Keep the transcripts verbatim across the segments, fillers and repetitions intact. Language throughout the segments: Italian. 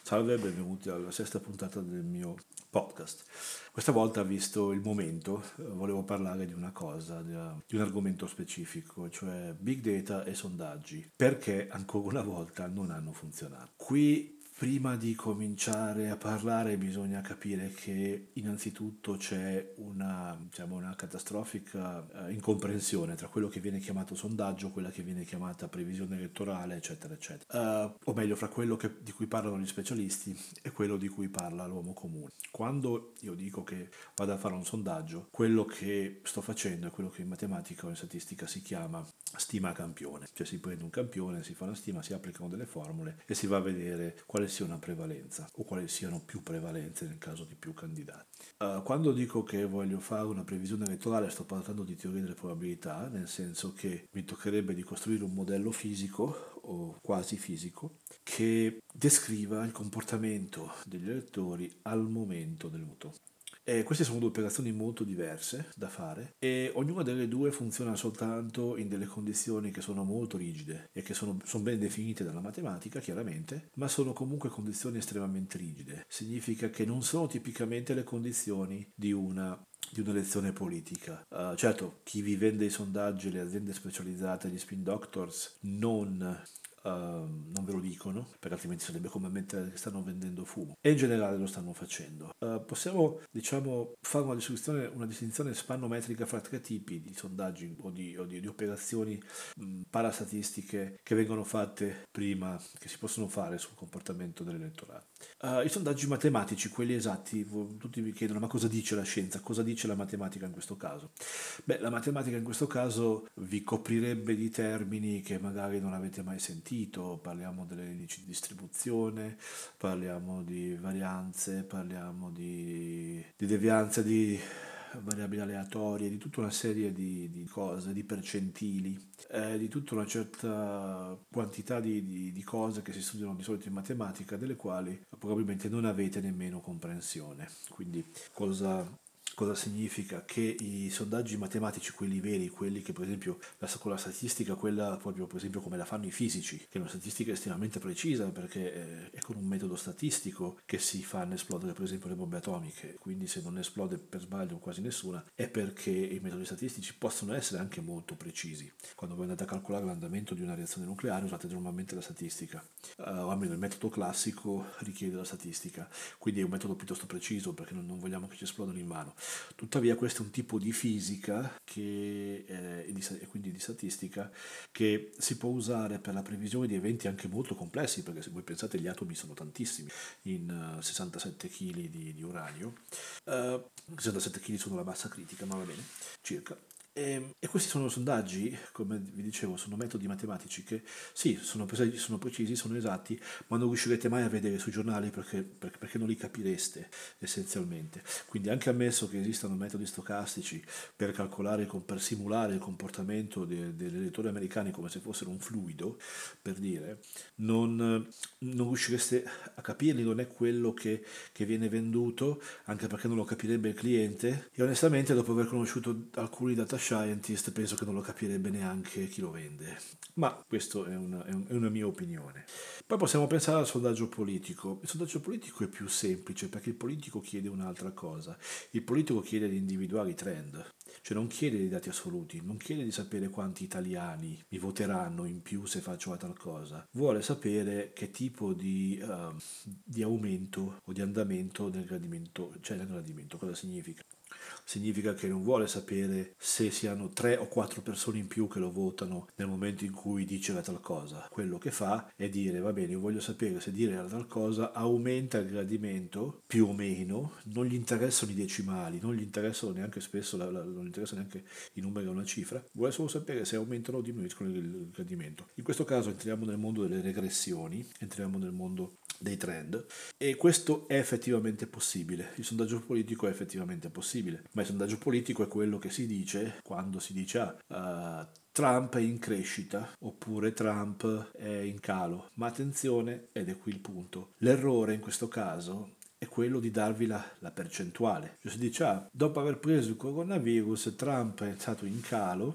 Salve e benvenuti alla sesta puntata del mio podcast. Questa volta, visto il momento, eh, volevo parlare di una cosa, di una- di un argomento specifico, cioè big data e sondaggi, perché ancora una volta non hanno funzionato. Qui, prima di cominciare a parlare, bisogna capire che innanzitutto c'è una, diciamo, una catastrofica eh, incomprensione tra quello che viene chiamato sondaggio, quella che viene chiamata previsione elettorale, eccetera, eccetera. Eh, o meglio, fra quello che- di cui parlano gli specialisti e quello di cui parla l'uomo comune. Quando io dico che vado a fare un sondaggio, quello che sto facendo è quello che in matematica o in statistica si chiama stima a campione, cioè si prende un campione, si fa una stima, si applicano delle formule e si va a vedere quale sia una prevalenza o quali siano più prevalenze nel caso di più candidati. Uh, quando dico che voglio fare una previsione elettorale sto parlando di teoria delle probabilità, nel senso che mi toccherebbe di costruire un modello fisico o quasi fisico che descriva il comportamento degli elettori al momento del voto. E queste sono due operazioni molto diverse da fare e ognuna delle due funziona soltanto in delle condizioni che sono molto rigide e che sono, sono ben definite dalla matematica, chiaramente, ma sono comunque condizioni estremamente rigide. Significa che non sono tipicamente le condizioni di una di un'elezione politica. Uh, certo, chi vi vende i sondaggi, le aziende specializzate, gli spin doctors, non Uh, non ve lo dicono, perché altrimenti sarebbe come ammettere che stanno vendendo fumo. E in generale lo stanno facendo. Uh, possiamo, diciamo, fare una distinzione, una distinzione spannometrica fra tre tipi di sondaggi o di, o di, di operazioni mh, parastatistiche che vengono fatte prima, che si possono fare sul comportamento dell'elettorato. Uh, I sondaggi matematici, quelli esatti, tutti vi chiedono ma cosa dice la scienza, cosa dice la matematica in questo caso? Beh, la matematica in questo caso vi coprirebbe di termini che magari non avete mai sentito, parliamo delle indici di distribuzione, parliamo di varianze, parliamo di, di devianze di variabili aleatorie, di tutta una serie di, di cose, di percentili, eh, di tutta una certa quantità di, di, di cose che si studiano di solito in matematica, delle quali probabilmente non avete nemmeno comprensione. Quindi cosa Cosa significa? Che i sondaggi matematici, quelli veri, quelli che per esempio la, con la statistica, quella proprio per esempio come la fanno i fisici, che è una statistica estremamente precisa perché eh, è con un metodo statistico che si fanno esplodere per esempio le bombe atomiche, quindi se non esplode per sbaglio quasi nessuna è perché i metodi statistici possono essere anche molto precisi. Quando voi andate a calcolare l'andamento di una reazione nucleare usate normalmente la statistica, uh, o almeno il metodo classico richiede la statistica, quindi è un metodo piuttosto preciso perché non, non vogliamo che ci esplodano in mano. Tuttavia questo è un tipo di fisica che, eh, e, di, e quindi di statistica che si può usare per la previsione di eventi anche molto complessi, perché se voi pensate gli atomi sono tantissimi, in uh, sessantasette chili di, di uranio, uh, sessantasette chili sono la massa critica, ma va bene, circa. E, e questi sono sondaggi, come vi dicevo, sono metodi matematici che sì, sono precisi, sono, precisi, sono esatti, ma non riuscirete mai a vedere sui giornali perché, perché, perché non li capireste essenzialmente. Quindi anche ammesso che esistano metodi stocastici per calcolare, per simulare il comportamento de, degli elettori americani come se fossero un fluido, per dire, non, non riuscireste a capirli, non è quello che, che viene venduto, anche perché non lo capirebbe il cliente e onestamente dopo aver conosciuto alcuni data scientist penso che non lo capirebbe neanche chi lo vende. Ma questa è una, è, un, è una mia opinione. Poi possiamo pensare al sondaggio politico. Il sondaggio politico è più semplice perché il politico chiede un'altra cosa. Il politico chiede di individuare i trend, cioè non chiede dei dati assoluti, non chiede di sapere quanti italiani mi voteranno in più se faccio una tal cosa. Vuole sapere che tipo di, uh, di aumento o di andamento del gradimento, cioè del gradimento, cosa significa? Significa che non vuole sapere se siano tre o quattro persone in più che lo votano nel momento in cui dice la tal cosa. Quello che fa è dire, va bene, io voglio sapere se dire la tal cosa aumenta il gradimento, più o meno, non gli interessano i decimali, non gli interessano neanche spesso, la, la, non gli interessa neanche i numeri o una cifra, vuole solo sapere se aumentano o diminuiscono il, il gradimento. In questo caso entriamo nel mondo delle regressioni, entriamo nel mondo dei trend e questo è effettivamente possibile. Il sondaggio politico è effettivamente possibile, ma il sondaggio politico è quello che si dice quando si dice ah, uh, Trump è in crescita oppure Trump è in calo. Ma attenzione, ed è qui il punto, l'errore in questo caso è quello di darvi la, la percentuale. Cioè si dice, ah, dopo aver preso il coronavirus Trump è stato in calo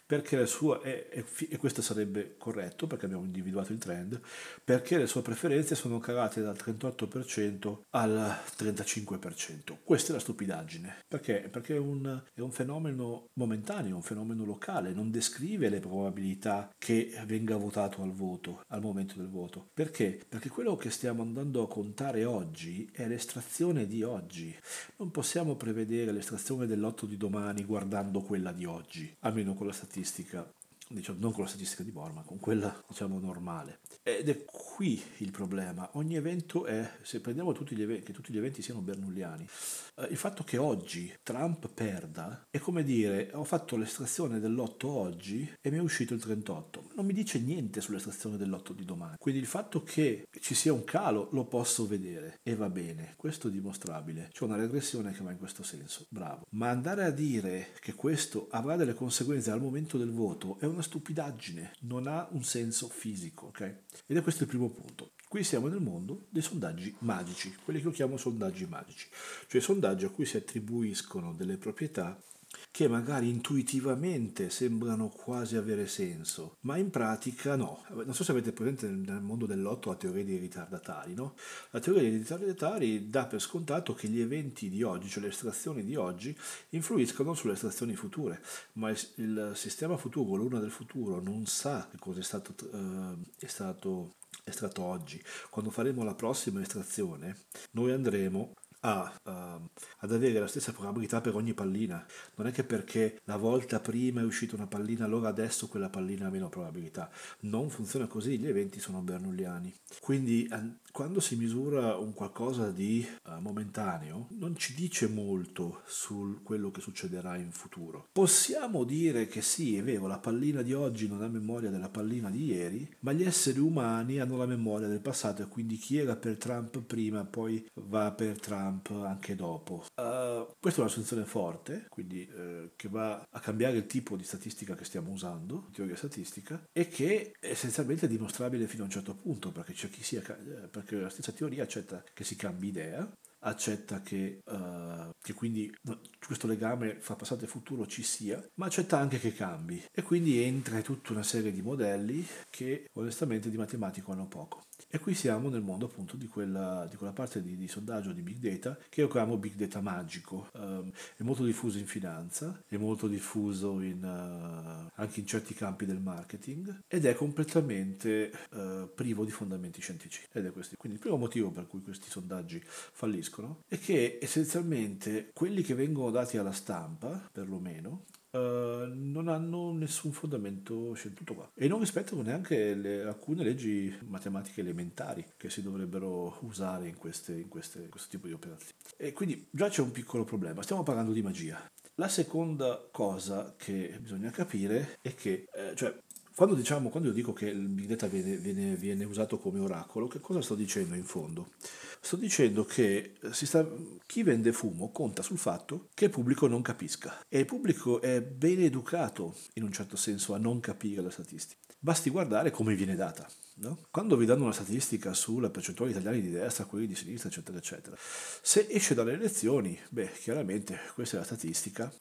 perché la sua, è, è fi- e questo sarebbe corretto perché abbiamo individuato il trend, perché le sue preferenze sono calate dal trentotto per cento al trentacinque per cento. Questa è la stupidaggine. Perché? Perché è un, è un fenomeno momentaneo, un fenomeno locale, non descrive le probabilità che venga votato al voto, al momento del voto. Perché? Perché quello che stiamo andando a contare oggi è l'estrazione di oggi. Non possiamo prevedere l'estrazione del lotto di domani guardando quella di oggi, almeno con la statistica, diciamo, non con la statistica di Bohr, ma con quella, diciamo, normale. Ed è qui il problema. Ogni evento è, se prendiamo tutti gli eventi, che tutti gli eventi siano bernoulliani, eh, il fatto che oggi Trump perda è come dire, ho fatto l'estrazione del lotto oggi e mi è uscito il trentotto. Non mi dice niente sull'estrazione del lotto di domani. Quindi il fatto che ci sia un calo lo posso vedere e va bene, questo è dimostrabile. C'è una regressione che va in questo senso, bravo. Ma andare a dire che questo avrà delle conseguenze al momento del voto è una stupidaggine, non ha un senso fisico, ok? Ed è questo il primo punto. Qui siamo nel mondo dei sondaggi magici, quelli che io chiamo sondaggi magici, cioè sondaggi a cui si attribuiscono delle proprietà che magari intuitivamente sembrano quasi avere senso, ma in pratica no. Non so se avete presente nel mondo del lotto la teoria dei ritardatari, no? La teoria dei ritardatari dà per scontato che gli eventi di oggi, cioè le estrazioni di oggi, influiscono sulle estrazioni future, ma il, il sistema futuro, l'una del futuro, non sa che cosa è stato, eh, è stato estratto oggi. Quando faremo la prossima estrazione, noi andremo a, ehm, ad avere la stessa probabilità per ogni pallina. Non è che perché la volta prima è uscita una pallina, allora adesso quella pallina ha meno probabilità. Non funziona così, gli eventi sono bernoulliani. Quindi an- quando si misura un qualcosa di eh, momentaneo, non ci dice molto su quello che succederà in futuro. Possiamo dire che sì, è vero, la pallina di oggi non ha memoria della pallina di ieri, ma gli esseri umani hanno la memoria del passato e quindi chi era per Trump prima poi va per Trump anche dopo. Uh, questa è una soluzione forte, quindi eh, che va a cambiare il tipo di statistica che stiamo usando, teoria statistica, e che è essenzialmente dimostrabile fino a un certo punto, perché c'è chi sia, perché la stessa teoria accetta che si cambi idea, accetta che, uh, che quindi no, questo legame fra passato e futuro ci sia, ma accetta anche che cambi e quindi entra in tutta una serie di modelli che onestamente di matematico hanno poco. E qui siamo nel mondo appunto di quella, di quella parte di, di sondaggio di big data che io chiamo big data magico. Um, è molto diffuso in finanza, è molto diffuso in, uh, anche in certi campi del marketing ed è completamente uh, privo di fondamenti scientifici. Ed è questo. Quindi il primo motivo per cui questi sondaggi falliscono è che essenzialmente quelli che vengono dati alla stampa, perlomeno, Uh, non hanno nessun fondamento scientifico qua e non rispettano neanche le, alcune leggi matematiche elementari che si dovrebbero usare in, queste, in, queste, in questo tipo di operazioni. E quindi già c'è un piccolo problema, stiamo parlando di magia. La seconda cosa che bisogna capire è che, eh, cioè, quando, diciamo, quando io dico che il big data viene, viene, viene usato come oracolo, che cosa sto dicendo in fondo? Sto dicendo che si sta, chi vende fumo conta sul fatto che il pubblico non capisca e il pubblico è ben educato in un certo senso a non capire la statistica. Basti guardare come viene data. No? Quando vi danno una statistica sulla percentuale di italiani di destra, quelli di sinistra, eccetera, eccetera, se esce dalle elezioni, beh, chiaramente questa è la statistica,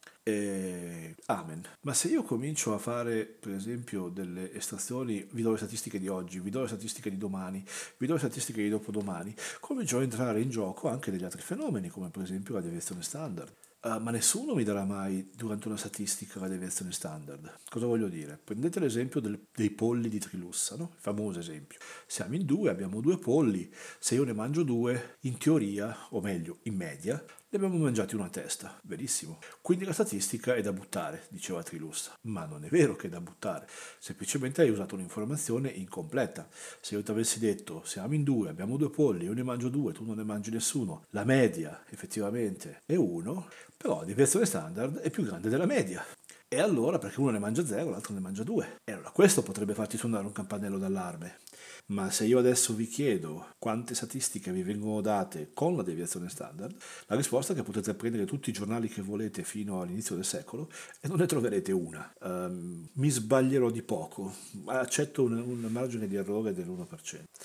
e amen. Ma se io comincio a fare, per esempio, delle estrazioni, vi do le statistiche di oggi, vi do le statistiche di domani, vi do le statistiche di dopodomani, comincio a entrare in gioco anche degli altri fenomeni, come per esempio la deviazione standard. Uh, ma nessuno mi darà mai durante una statistica la deviazione standard. Cosa voglio dire? Prendete l'esempio del- dei polli di Trilussa, no? Il famoso esempio. Siamo in due, abbiamo due polli, se io ne mangio due, in teoria, o meglio, in media, ne abbiamo mangiati una testa. Verissimo. Quindi la statistica è da buttare, diceva Trilussa. Ma non è vero che è da buttare, semplicemente hai usato un'informazione incompleta. Se io ti avessi detto siamo in due, abbiamo due polli, io ne mangio due, tu non ne mangi nessuno, la media effettivamente è uno, però la deviazione standard è più grande della media. E allora perché uno ne mangia zero, l'altro ne mangia due? E allora questo potrebbe farti suonare un campanello d'allarme. Ma se io adesso vi chiedo quante statistiche vi vengono date con la deviazione standard, la risposta è che potete prendere tutti i giornali che volete fino all'inizio del secolo e non ne troverete una. Um, mi sbaglierò di poco, accetto un, un margine di errore dell'uno per cento.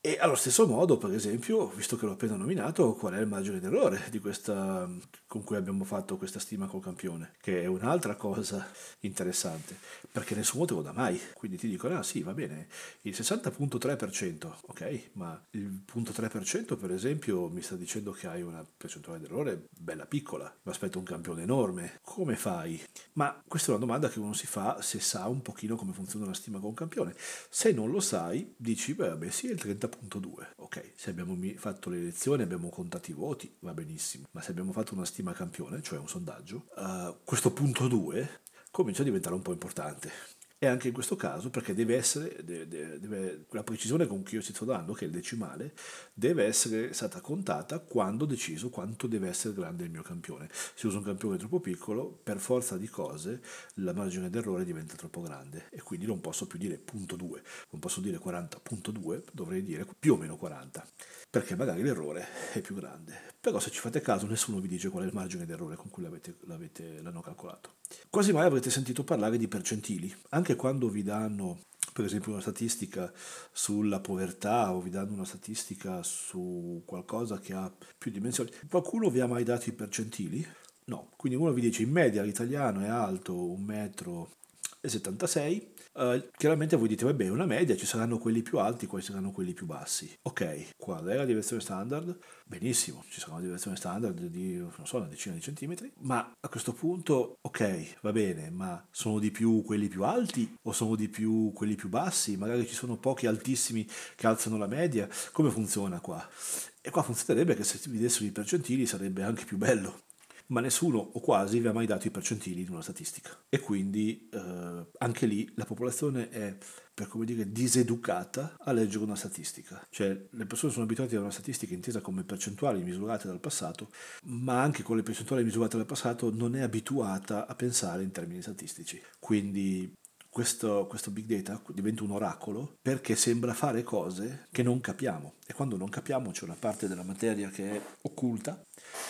E allo stesso modo, per esempio, visto che l'ho appena nominato, qual è il margine d'errore di questa, con cui abbiamo fatto questa stima col campione? Che è un'altra cosa interessante, perché nessuno te lo dà mai. Quindi ti dicono, ah sì, va bene, il sessanta virgola tre per cento, ok, ma il zero virgola tre per cento per esempio mi sta dicendo che hai una percentuale d'errore bella piccola, mi aspetto un campione enorme, come fai? Ma questa è una domanda che uno si fa se sa un pochino come funziona una stima con un campione. Se non lo sai, dici, beh, vabbè, sì, è il trenta virgola due. Ok, se abbiamo fatto le elezioni, abbiamo contato i voti, va benissimo. Ma se abbiamo fatto una stima campione, cioè un sondaggio, uh, questo punto due comincia a diventare un po' importante. E anche in questo caso, perché deve essere, deve, deve, la precisione con cui io ti sto dando, che è il decimale, deve essere stata contata quando ho deciso quanto deve essere grande il mio campione. Se uso un campione troppo piccolo, per forza di cose, la margine d'errore diventa troppo grande e quindi non posso più dire punto due, non posso dire quaranta virgola due, dovrei dire più o meno quaranta, perché magari l'errore è più grande. Però se ci fate caso nessuno vi dice qual è il margine d'errore con cui l'avete, l'avete, l'hanno calcolato. Quasi mai avrete sentito parlare di percentili, anche quando vi danno per esempio una statistica sulla povertà o vi danno una statistica su qualcosa che ha più dimensioni. Qualcuno vi ha mai dato i percentili? No, quindi uno vi dice in media l'italiano è alto un metro e settantasei, uh, chiaramente voi dite vabbè una media, ci saranno quelli più alti, quali saranno quelli più bassi. Ok, qual è la deviazione standard? Benissimo, ci sarà una deviazione standard di non so, una decina di centimetri, ma a questo punto ok, va bene, ma sono di più quelli più alti o sono di più quelli più bassi? Magari ci sono pochi altissimi che alzano la media, come funziona qua? E qua funzionerebbe che se vi dessero i percentili sarebbe anche più bello, ma nessuno o quasi vi ha mai dato i percentili di una statistica. E quindi eh, anche lì la popolazione è, per come dire, diseducata a leggere una statistica. Cioè le persone sono abituate a una statistica intesa come percentuali misurate dal passato, ma anche con le percentuali misurate dal passato non è abituata a pensare in termini statistici. Quindi questo, questo big data diventa un oracolo perché sembra fare cose che non capiamo. E quando non capiamo c'è una parte della materia che è occulta,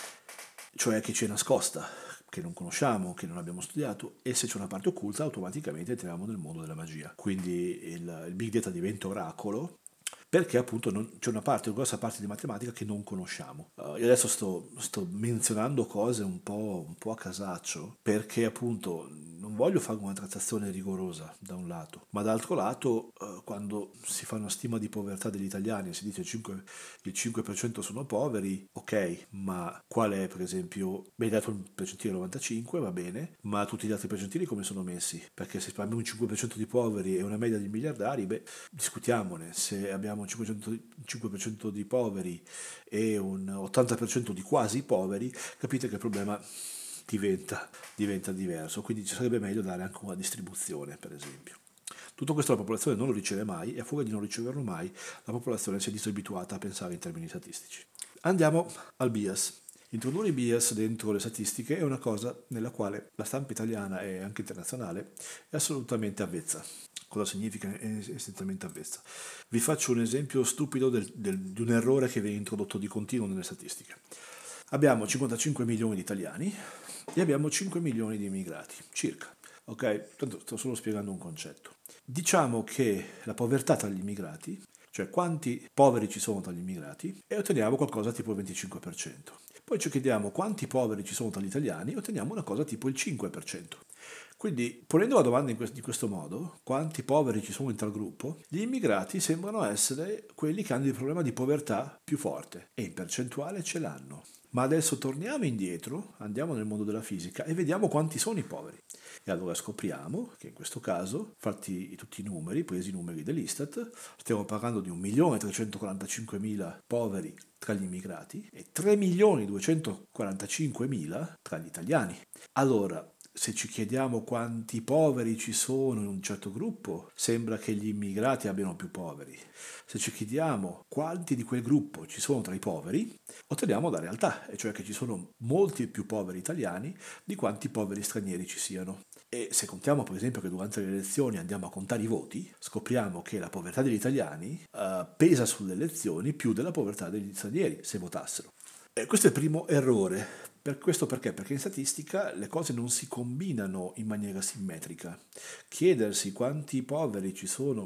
cioè che ci è nascosta, che non conosciamo, che non abbiamo studiato, e se c'è una parte occulta automaticamente entriamo nel mondo della magia. Quindi il, il big data diventa oracolo perché appunto non, c'è una parte, una grossa parte di matematica che non conosciamo. Uh, io adesso sto, sto menzionando cose un po', un po' a casaccio, perché appunto non voglio fare una trattazione rigorosa da un lato, ma dall'altro lato uh, quando si fa una stima di povertà degli italiani e si dice il cinque, il cinque per cento sono poveri, ok, ma qual è per esempio, mi hai dato un percentile novantacinque, va bene, ma tutti gli altri percentili come sono messi? Perché se abbiamo un cinque per cento di poveri e una media di miliardari, beh, discutiamone. Se abbiamo un cinque per cento di poveri e un ottanta per cento di quasi poveri, capite che il problema diventa, diventa diverso, quindi ci sarebbe meglio dare anche una distribuzione, per esempio. Tutto questo la popolazione non lo riceve mai e a furia di non riceverlo mai la popolazione si è disabituata a pensare in termini statistici. Andiamo al bias. Introdurre i bias dentro le statistiche è una cosa nella quale la stampa italiana e anche internazionale è assolutamente avvezza. Cosa significa è essenzialmente avvezza? Vi faccio un esempio stupido del, del, di un errore che viene introdotto di continuo nelle statistiche. Abbiamo cinquantacinque milioni di italiani e abbiamo cinque milioni di immigrati, circa. Ok? Tanto sto solo spiegando un concetto. Diciamo che la povertà tra gli immigrati, cioè quanti poveri ci sono tra gli immigrati, e otteniamo qualcosa tipo il venticinque per cento. Poi ci chiediamo quanti poveri ci sono tra gli italiani e otteniamo una cosa tipo il cinque per cento. Quindi, ponendo la domanda in questo, in questo modo, quanti poveri ci sono in tal gruppo, gli immigrati sembrano essere quelli che hanno il problema di povertà più forte e in percentuale ce l'hanno. Ma adesso torniamo indietro, andiamo nel mondo della fisica e vediamo quanti sono i poveri. E allora scopriamo che in questo caso, fatti tutti i numeri, presi i numeri dell'Istat, stiamo parlando di un milione trecentoquarantacinquemila poveri tra gli immigrati e tre milioni duecentoquarantacinquemila tra gli italiani. Allora, se ci chiediamo quanti poveri ci sono in un certo gruppo, sembra che gli immigrati abbiano più poveri. Se ci chiediamo quanti di quel gruppo ci sono tra i poveri, otteniamo la realtà, e cioè che ci sono molti più poveri italiani di quanti poveri stranieri ci siano. E se contiamo per esempio che durante le elezioni andiamo a contare i voti, scopriamo che la povertà degli italiani uh, pesa sulle elezioni più della povertà degli stranieri, se votassero. E questo è il primo errore. Per questo perché? Perché in statistica le cose non si combinano in maniera simmetrica. Chiedersi quanti poveri ci sono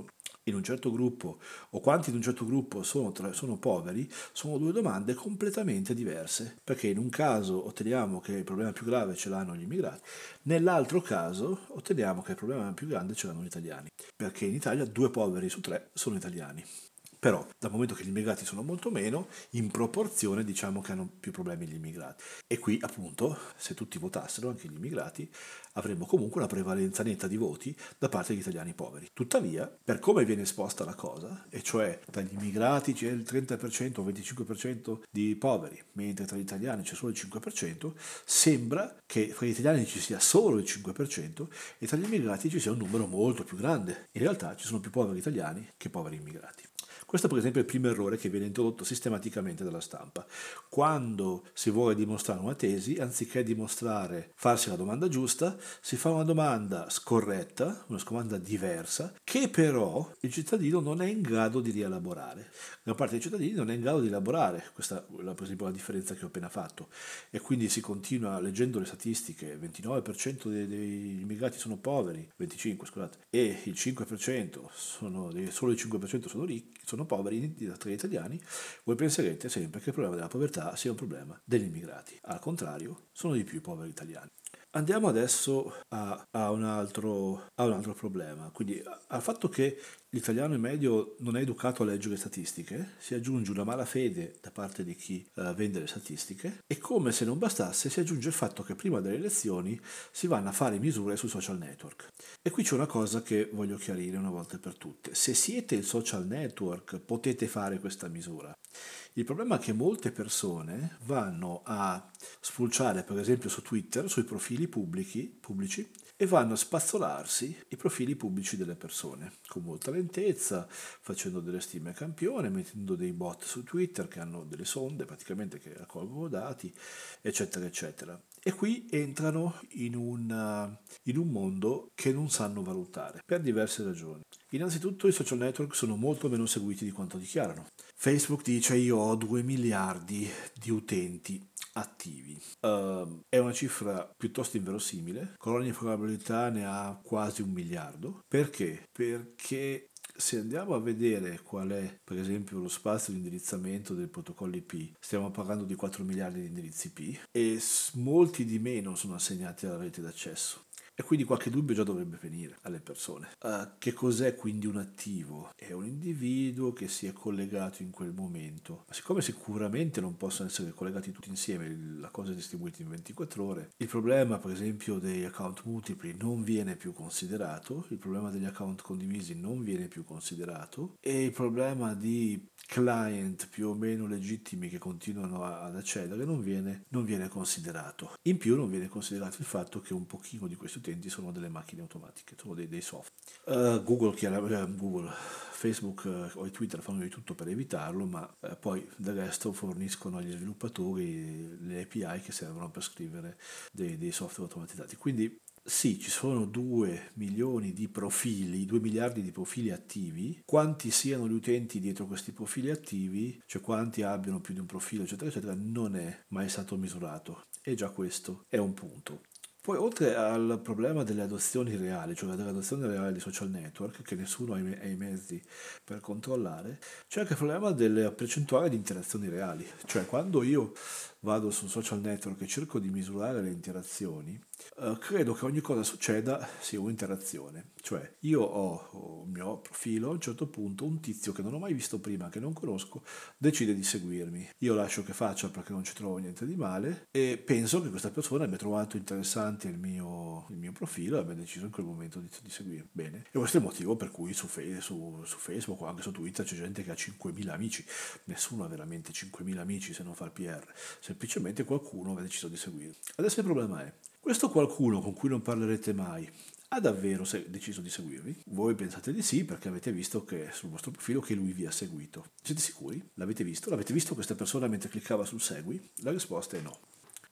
in un certo gruppo o quanti in un certo gruppo sono, tra- sono poveri, sono due domande completamente diverse, perché in un caso otteniamo che il problema più grave ce l'hanno gli immigrati, nell'altro caso otteniamo che il problema più grande ce l'hanno gli italiani, perché in Italia due poveri su tre sono italiani. Però, dal momento che gli immigrati sono molto meno, in proporzione diciamo che hanno più problemi gli immigrati. E qui, appunto, se tutti votassero, anche gli immigrati, avremmo comunque una prevalenza netta di voti da parte degli italiani poveri. Tuttavia, per come viene esposta la cosa, e cioè tra gli immigrati c'è il trenta per cento o venticinque per cento di poveri, mentre tra gli italiani c'è solo il cinque per cento, sembra che fra gli italiani ci sia solo il cinque per cento e tra gli immigrati ci sia un numero molto più grande. In realtà ci sono più poveri italiani che poveri immigrati. Questo per esempio è il primo errore che viene introdotto sistematicamente dalla stampa. Quando si vuole dimostrare una tesi, anziché dimostrare, farsi la domanda giusta, si fa una domanda scorretta, una domanda diversa, che però il cittadino non è in grado di rielaborare. Gran parte dei cittadini non è in grado di elaborare, questa è per esempio la differenza che ho appena fatto, e quindi si continua leggendo le statistiche, il ventinove per cento dei, degli immigrati sono poveri, venticinque scusate, e il cinque per cento sono, solo il cinque per cento sono ricchi, sono poveri tra gli italiani, voi penserete sempre che il problema della povertà sia un problema degli immigrati. Al contrario, sono di più i poveri italiani. Andiamo adesso a, a, un altro, a un altro problema, quindi al fatto che l'italiano medio non è educato a leggere statistiche, si aggiunge una malafede da parte di chi uh, vende le statistiche e come se non bastasse si aggiunge il fatto che prima delle elezioni si vanno a fare misure sui social network. E qui c'è una cosa che voglio chiarire una volta per tutte. Se siete il social network potete fare questa misura. Il problema è che molte persone vanno a spulciare, per esempio su Twitter, sui profili pubblici, pubblici e vanno a spazzolarsi i profili pubblici delle persone con molta lentezza, facendo delle stime a campione, mettendo dei bot su Twitter che hanno delle sonde praticamente che raccolgono dati, eccetera, eccetera. E qui entrano in un, in un mondo che non sanno valutare per diverse ragioni. Innanzitutto i social network sono molto meno seguiti di quanto dichiarano. Facebook dice io ho due miliardi di utenti attivi. Uh, è una cifra piuttosto inverosimile, con ogni probabilità ne ha quasi un miliardo. Perché? Perché se andiamo a vedere qual è, per esempio, lo spazio di indirizzamento del protocollo I P, stiamo parlando di quattro miliardi di indirizzi I P e molti di meno sono assegnati alla rete d'accesso. E quindi qualche dubbio già dovrebbe venire alle persone. Uh, che cos'è quindi un attivo? È un individuo che si è collegato in quel momento. Ma siccome sicuramente non possono essere collegati tutti insieme, la cosa è distribuita in ventiquattro ore, il problema per esempio degli account multipli non viene più considerato, il problema degli account condivisi non viene più considerato e il problema di client più o meno legittimi che continuano a, ad accedere non viene, non viene considerato. In più non viene considerato il fatto che un pochino di questi utenti sono delle macchine automatiche, sono dei, dei software. Uh, Google, chiaramente, Google, Facebook uh, o Twitter fanno di tutto per evitarlo, ma uh, poi del resto forniscono agli sviluppatori le A P I che servono per scrivere dei, dei software automatizzati. Quindi sì, ci sono due milioni di profili, due miliardi di profili attivi. Quanti siano gli utenti dietro questi profili attivi, cioè quanti abbiano più di un profilo, eccetera, eccetera, non è mai stato misurato. E già questo è un punto. Poi, oltre al problema delle adozioni reali, cioè dell'adozione reale di social network, che nessuno ha i, me- ha i mezzi per controllare, c'è anche il problema della percentuale di interazioni reali. Cioè, quando io vado su un social network e cerco di misurare le interazioni, eh, credo che ogni cosa succeda sia un'interazione. Cioè, io ho, ho il mio profilo, a un certo punto un tizio che non ho mai visto prima, che non conosco, decide di seguirmi. Io lascio che faccia perché non ci trovo niente di male e penso che questa persona abbia trovato interessante il mio, il mio profilo e abbia deciso in quel momento di, di seguirmi. Bene. E questo è il motivo per cui su, su, su Facebook o anche su Twitter c'è gente che ha cinquemila amici. Nessuno ha veramente cinquemila amici se non fa il P R. Semplicemente qualcuno ha deciso di seguirmi. Adesso il problema è, questo qualcuno con cui non parlerete mai ha davvero se- deciso di seguirvi? Voi pensate di sì perché avete visto che sul vostro profilo che lui vi ha seguito. Siete sicuri? L'avete visto? L'avete visto questa persona mentre cliccava sul segui? La risposta è no.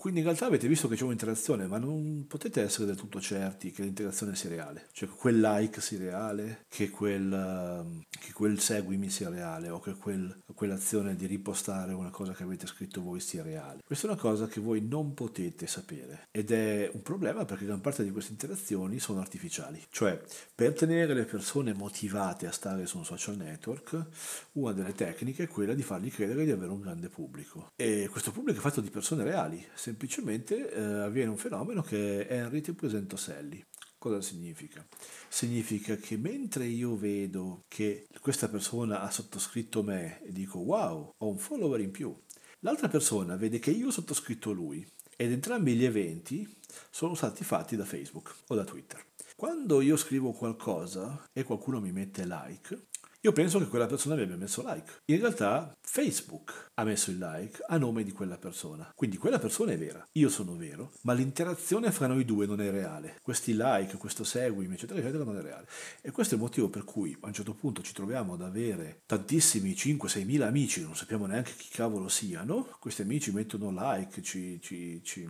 Quindi in realtà avete visto che c'è un'interazione, ma non potete essere del tutto certi che l'interazione sia reale. Cioè che quel like sia reale, che quel, ehm, che quel seguimi sia reale o che quel- quell'azione di ripostare una cosa che avete scritto voi sia reale. Questa è una cosa che voi non potete sapere ed è un problema perché gran parte di queste interazioni sono artificiali. Cioè, per tenere le persone motivate a stare su un social network, una delle tecniche è quella di fargli credere di avere un grande pubblico. E questo pubblico è fatto di persone reali, semplicemente eh, avviene un fenomeno che è Henry ti presento Sally. Cosa significa? Significa che mentre io vedo che questa persona ha sottoscritto me e dico wow, ho un follower in più, l'altra persona vede che io ho sottoscritto lui ed entrambi gli eventi sono stati fatti da Facebook o da Twitter. Quando io scrivo qualcosa e qualcuno mi mette like, io penso che quella persona mi abbia messo like. In realtà Facebook ha messo il like a nome di quella persona. Quindi quella persona è vera, io sono vero, ma l'interazione fra noi due non è reale. Questi like, questo seguimi, eccetera, eccetera, non è reale. E questo è il motivo per cui a un certo punto ci troviamo ad avere tantissimi cinque sei mila amici, non sappiamo neanche chi cavolo siano. Questi amici mettono like, ci, ci, ci,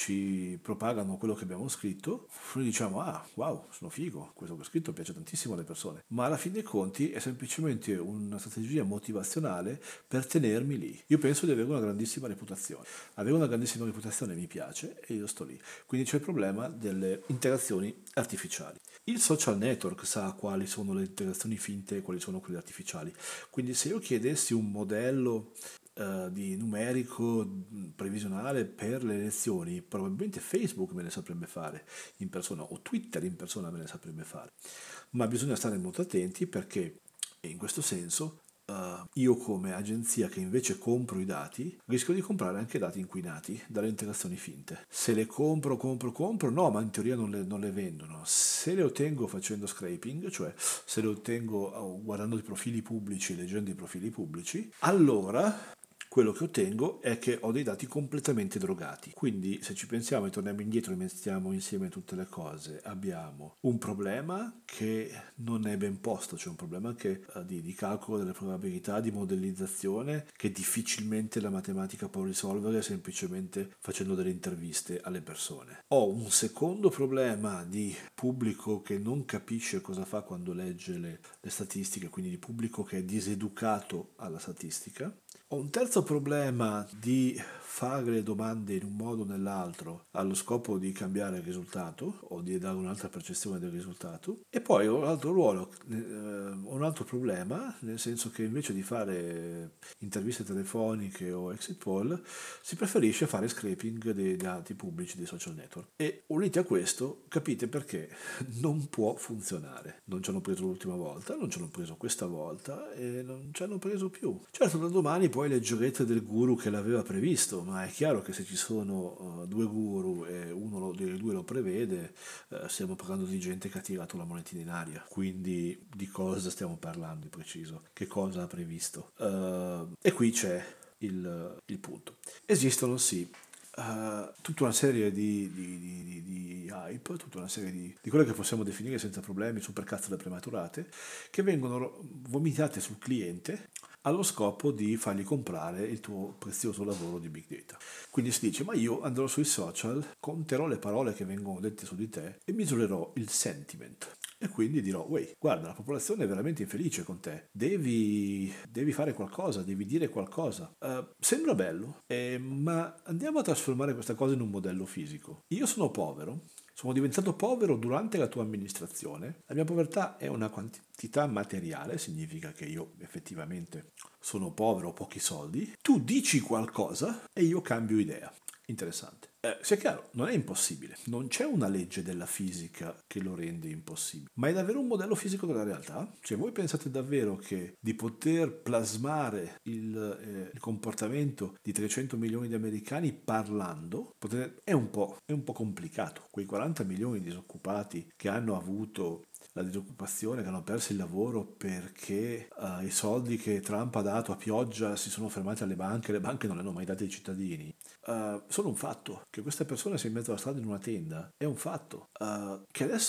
ci propagano quello che abbiamo scritto. Noi diciamo, ah, wow, sono figo, questo che ho scritto piace tantissimo alle persone. Ma alla fine dei conti è semplicemente una strategia motivazionale per tenermi lì. Io penso di avere una grandissima reputazione. Avere una grandissima reputazione mi piace e io sto lì. Quindi c'è il problema delle interazioni artificiali. Il social network sa quali sono le interazioni finte e quali sono quelle artificiali. Quindi se io chiedessi un modello eh, di numerico mh, previsionale per le elezioni, probabilmente Facebook me ne saprebbe fare in persona o Twitter in persona me ne saprebbe fare. Ma bisogna stare molto attenti perché in questo senso eh, io come agenzia che invece compro i dati rischio di comprare anche dati inquinati dalle interazioni finte. Se le compro, compro, compro, no, ma in teoria non le, non le vendono. Se le ottengo facendo scraping, cioè se le ottengo oh, guardando i profili pubblici, leggendo i profili pubblici, allora quello che ottengo è che ho dei dati completamente drogati. Quindi se ci pensiamo e torniamo indietro e mettiamo insieme tutte le cose, abbiamo un problema che non è ben posto, cioè un problema che, eh, di, di calcolo delle probabilità, di modellizzazione, che difficilmente la matematica può risolvere semplicemente facendo delle interviste alle persone. Ho un secondo problema di pubblico che non capisce cosa fa quando legge le, le statistiche, quindi di pubblico che è diseducato alla statistica. Ho un terzo problema di fare le domande in un modo o nell'altro allo scopo di cambiare il risultato o di dare un'altra percezione del risultato. E poi ho un altro ruolo, eh, ho un altro problema, nel senso che invece di fare interviste telefoniche o exit poll, si preferisce fare scraping dei dati pubblici dei social network. E uniti a questo, capite perché non può funzionare. Non ci hanno preso l'ultima volta, non ci hanno preso questa volta e non ci hanno preso più. Certo, da domani poi leggerete del guru che l'aveva previsto, ma è chiaro che se ci sono uh, due guru e uno lo- dei due lo prevede, uh, stiamo parlando di gente che ha tirato la monetina in aria. Quindi di cosa stiamo parlando di preciso? Che cosa ha previsto? Uh, e qui c'è il, il punto. Esistono sì uh, tutta una serie di, di, di, di, di hype, tutta una serie di, di quelle che possiamo definire senza problemi supercazzole prematurate, che vengono vomitate sul cliente allo scopo di fargli comprare il tuo prezioso lavoro di big data. Quindi si dice, ma io andrò sui social, conterò le parole che vengono dette su di te e misurerò il sentiment. E quindi dirò, uè, guarda, la popolazione è veramente infelice con te, devi, devi fare qualcosa, devi dire qualcosa. Uh, sembra bello, eh, ma andiamo a trasformare questa cosa in un modello fisico. Io sono povero, sono diventato povero durante la tua amministrazione. La mia povertà è una quantità materiale, significa che io effettivamente sono povero, ho pochi soldi. Tu dici qualcosa e io cambio idea. Interessante. Eh, sia chiaro, non è impossibile, non c'è una legge della fisica che lo rende impossibile, ma è davvero un modello fisico della realtà? Cioè voi pensate davvero che di poter plasmare il, eh, il comportamento di trecento milioni di americani parlando potete, è, un po', è un po' complicato. Quei quaranta milioni di disoccupati che hanno avuto la disoccupazione, che hanno perso il lavoro perché uh, i soldi che Trump ha dato a pioggia si sono fermati alle banche, le banche non li hanno mai dati ai cittadini, uh, sono un fatto. Che questa persona sia in mezzo alla strada in una tenda è un fatto. Uh, che adesso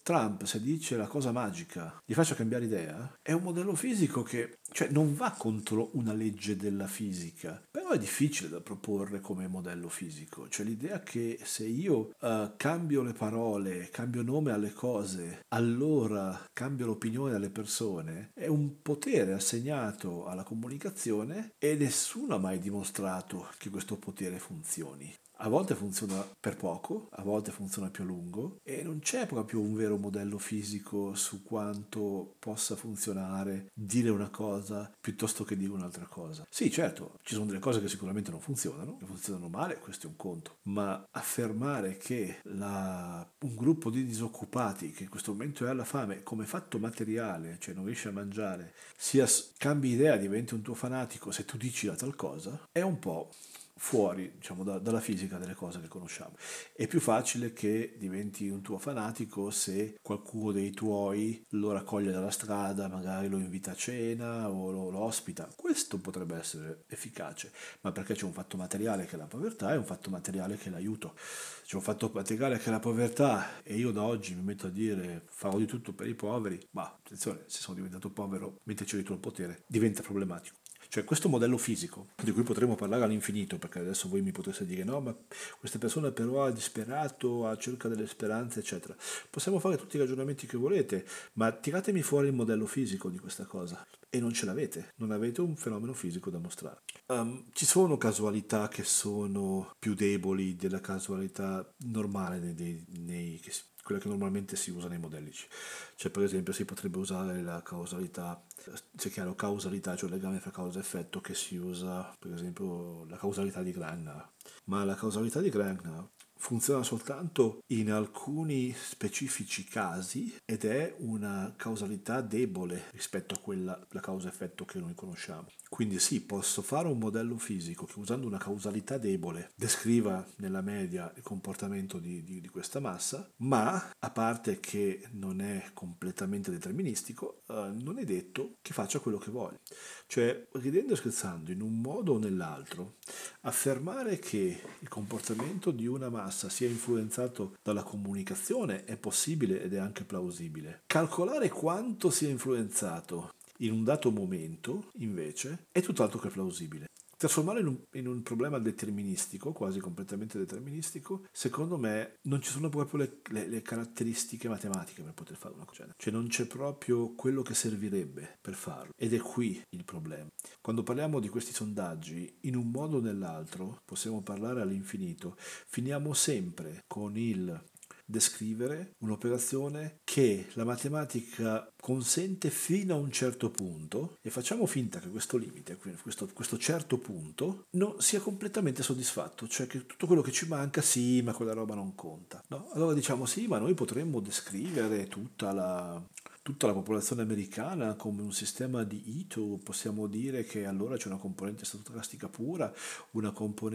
Trump, se dice la cosa magica, gli faccia cambiare idea, è un modello fisico che, cioè, non va contro una legge della fisica, però è difficile da proporre come modello fisico. Cioè l'idea che se io eh, cambio le parole, cambio nome alle cose, allora cambio l'opinione alle persone, è un potere assegnato alla comunicazione e nessuno ha mai dimostrato che questo potere funzioni. A volte funziona per poco, a volte funziona più a lungo e non c'è proprio un vero modello fisico su quanto possa funzionare dire una cosa piuttosto che dire un'altra cosa. Sì, certo, ci sono delle cose che sicuramente non funzionano, che funzionano male, questo è un conto, ma affermare che la, un gruppo di disoccupati che in questo momento è alla fame come fatto materiale, cioè non riesce a mangiare, sia cambi idea, diventi un tuo fanatico se tu dici la tal cosa, è un po' fuori, diciamo, da, dalla fisica delle cose che conosciamo. È più facile che diventi un tuo fanatico se qualcuno dei tuoi lo raccoglie dalla strada, magari lo invita a cena o lo, lo ospita. Questo potrebbe essere efficace, ma perché c'è un fatto materiale che è la povertà e un fatto materiale che è l'aiuto. C'è un fatto materiale che è la povertà e io da oggi mi metto a dire farò di tutto per i poveri, ma attenzione, se sono diventato povero mentre c'è il potere, diventa problematico. Cioè questo modello fisico, di cui potremmo parlare all'infinito, perché adesso voi mi potreste dire no, ma questa persona però è disperato, ha cerca delle speranze, eccetera. Possiamo fare tutti i ragionamenti che volete, ma tiratemi fuori il modello fisico di questa cosa. E non ce l'avete, non avete un fenomeno fisico da mostrare. Um, ci sono casualità che sono più deboli della casualità normale nei, nei, nei, che, quella che normalmente si usa nei modellici. Cioè per esempio si potrebbe usare la causalità, se chiaro causalità, cioè il legame fra causa e effetto che si usa, per esempio la causalità di Granger, ma la causalità di Granger funziona soltanto in alcuni specifici casi ed è una causalità debole rispetto a quella, la causa-effetto che noi conosciamo. Quindi sì, posso fare un modello fisico che usando una causalità debole descriva nella media il comportamento di, di, di questa massa, ma a parte che non è completamente deterministico, eh, non è detto che faccia quello che vuole. Cioè, ridendo e scherzando, in un modo o nell'altro, affermare che il comportamento di una massa sia influenzato dalla comunicazione è possibile ed è anche plausibile. Calcolare quanto sia influenzato in un dato momento, invece, è tutt'altro che plausibile. Trasformarlo in un, in un problema deterministico, quasi completamente deterministico, secondo me non ci sono proprio le, le, le caratteristiche matematiche per poter fare una cosa. Cioè non c'è proprio quello che servirebbe per farlo. Ed è qui il problema. Quando parliamo di questi sondaggi, in un modo o nell'altro, possiamo parlare all'infinito, finiamo sempre con il descrivere un'operazione che la matematica consente fino a un certo punto e facciamo finta che questo limite, questo, questo certo punto, non sia completamente soddisfatto, cioè che tutto quello che ci manca, sì, ma quella roba non conta. No? Allora diciamo sì, ma noi potremmo descrivere tutta la, tutta la popolazione americana come un sistema di Ito, possiamo dire che allora c'è una componente stocastica pura, una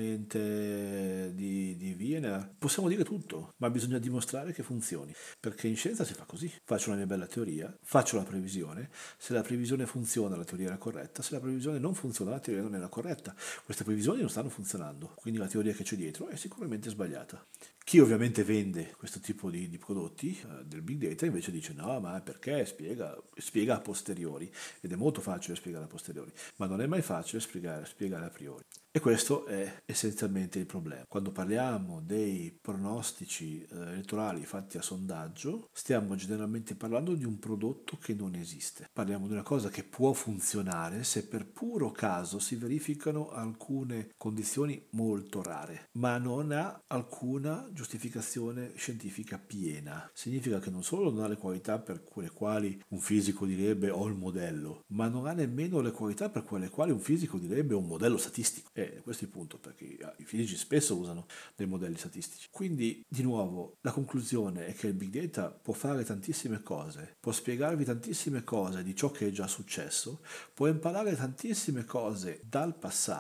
componente di, di Wiener, possiamo dire tutto, ma bisogna dimostrare che funzioni, perché in scienza si fa così, faccio la mia bella teoria, faccio la previsione, se la previsione funziona la teoria era corretta, se la previsione non funziona la teoria non era corretta, queste previsioni non stanno funzionando, quindi la teoria che c'è dietro è sicuramente sbagliata. Chi ovviamente vende questo tipo di, di prodotti eh, del big data invece dice no, ma perché spiega, spiega a posteriori, ed è molto facile spiegare a posteriori, ma non è mai facile spiegare, spiegare a priori. E questo è essenzialmente il problema. Quando parliamo dei pronostici eh, elettorali fatti a sondaggio, stiamo generalmente parlando di un prodotto che non esiste. Parliamo di una cosa che può funzionare se per puro caso si verificano alcune condizioni molto rare, ma non ha alcuna giustificazione scientifica piena. Significa che non solo non ha le qualità per le quali un fisico direbbe ho il modello, ma non ha nemmeno le qualità per quelle quali un fisico direbbe ho un modello statistico. E questo è il punto, perché i fisici spesso usano dei modelli statistici. Quindi, di nuovo, la conclusione è che il big data può fare tantissime cose, può spiegarvi tantissime cose di ciò che è già successo, può imparare tantissime cose dal passato,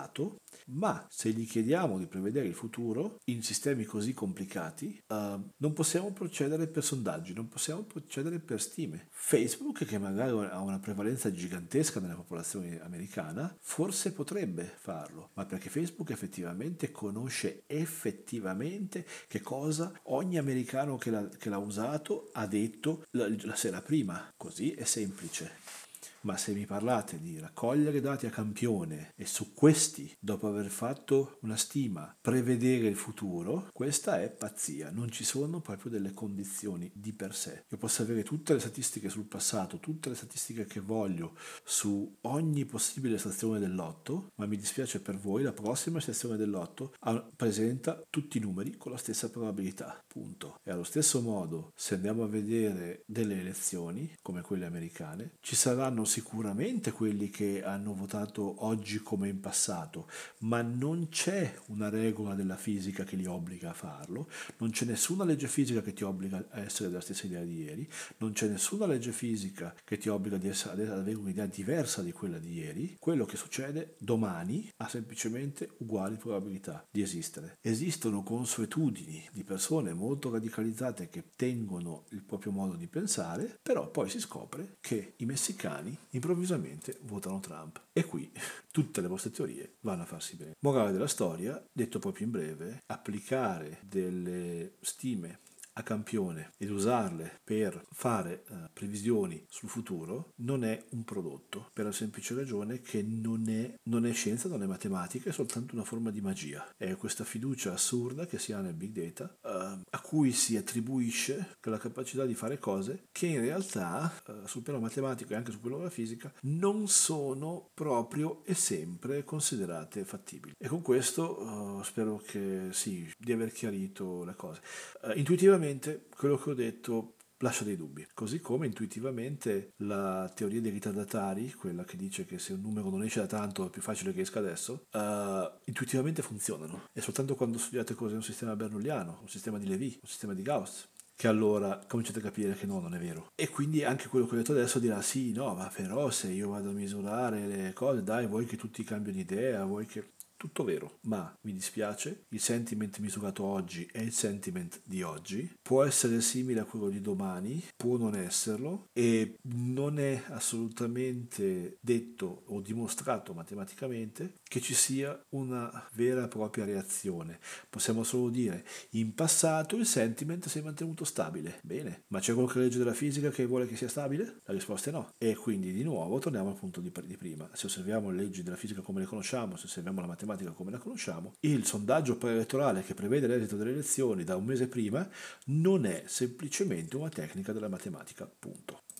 Ma se gli chiediamo di prevedere il futuro in sistemi così complicati, uh, non possiamo procedere per sondaggi, non possiamo procedere per stime. Facebook, che magari ha una prevalenza gigantesca nella popolazione americana, forse potrebbe farlo, ma perché Facebook effettivamente conosce effettivamente che cosa ogni americano che l'ha, che l'ha usato ha detto la, la sera prima. Così è semplice. Ma se mi parlate di raccogliere dati a campione e su questi, dopo aver fatto una stima, prevedere il futuro, questa è pazzia. Non ci sono proprio delle condizioni di per sé. Io posso avere tutte le statistiche sul passato, tutte le statistiche che voglio su ogni possibile stazione del lotto, ma mi dispiace per voi, la prossima stazione del lotto presenta tutti i numeri con la stessa probabilità. Punto. E allo stesso modo, se andiamo a vedere delle elezioni, come quelle americane, ci saranno sicuramente quelli che hanno votato oggi come in passato, ma non c'è una regola della fisica che li obbliga a farlo, non c'è nessuna legge fisica che ti obbliga a essere della stessa idea di ieri, non c'è nessuna legge fisica che ti obbliga di essere, ad avere un'idea diversa di quella di ieri. Quello che succede domani ha semplicemente uguali probabilità di esistere. Esistono consuetudini di persone molto radicalizzate che tengono il proprio modo di pensare, però poi si scopre che i messicani improvvisamente votano Trump. E qui tutte le vostre teorie vanno a farsi bene. Morale della storia, detto proprio in breve, applicare delle stime a campione ed usarle per fare uh, previsioni sul futuro non è un prodotto, per la semplice ragione che non è, non è scienza, non è matematica, è soltanto una forma di magia. È questa fiducia assurda che si ha nel big data, uh, a cui si attribuisce la capacità di fare cose che in realtà uh, sul piano matematico e anche su quello della fisica non sono proprio e sempre considerate fattibili. E con questo uh, spero che sì, di aver chiarito le cose. Uh, intuitivamente quello che ho detto lascia dei dubbi, così come intuitivamente la teoria dei ritardatari, quella che dice che se un numero non esce da tanto è più facile che esca adesso, uh, intuitivamente funzionano. È soltanto quando studiate cos'è un sistema bernoulliano, un sistema di Lévy, un sistema di Gauss, che allora cominciate a capire che no, non è vero. E quindi anche quello che ho detto adesso dirà sì, no, ma però se io vado a misurare le cose, dai, vuoi che tutti cambiano idea, vuoi che... Tutto vero, ma mi dispiace, il sentiment misurato oggi è il sentiment di oggi, può essere simile a quello di domani, può non esserlo e non è assolutamente detto o dimostrato matematicamente che ci sia una vera e propria reazione. Possiamo solo dire, in passato il sentiment si è mantenuto stabile, bene, ma c'è qualche legge della fisica che vuole che sia stabile? La risposta è no. E quindi di nuovo torniamo al punto di, di prima. Se osserviamo le leggi della fisica come le conosciamo, se osserviamo la matematica come la conosciamo, il sondaggio preelettorale che prevede l'esito delle elezioni da un mese prima non è semplicemente una tecnica della matematica, punto.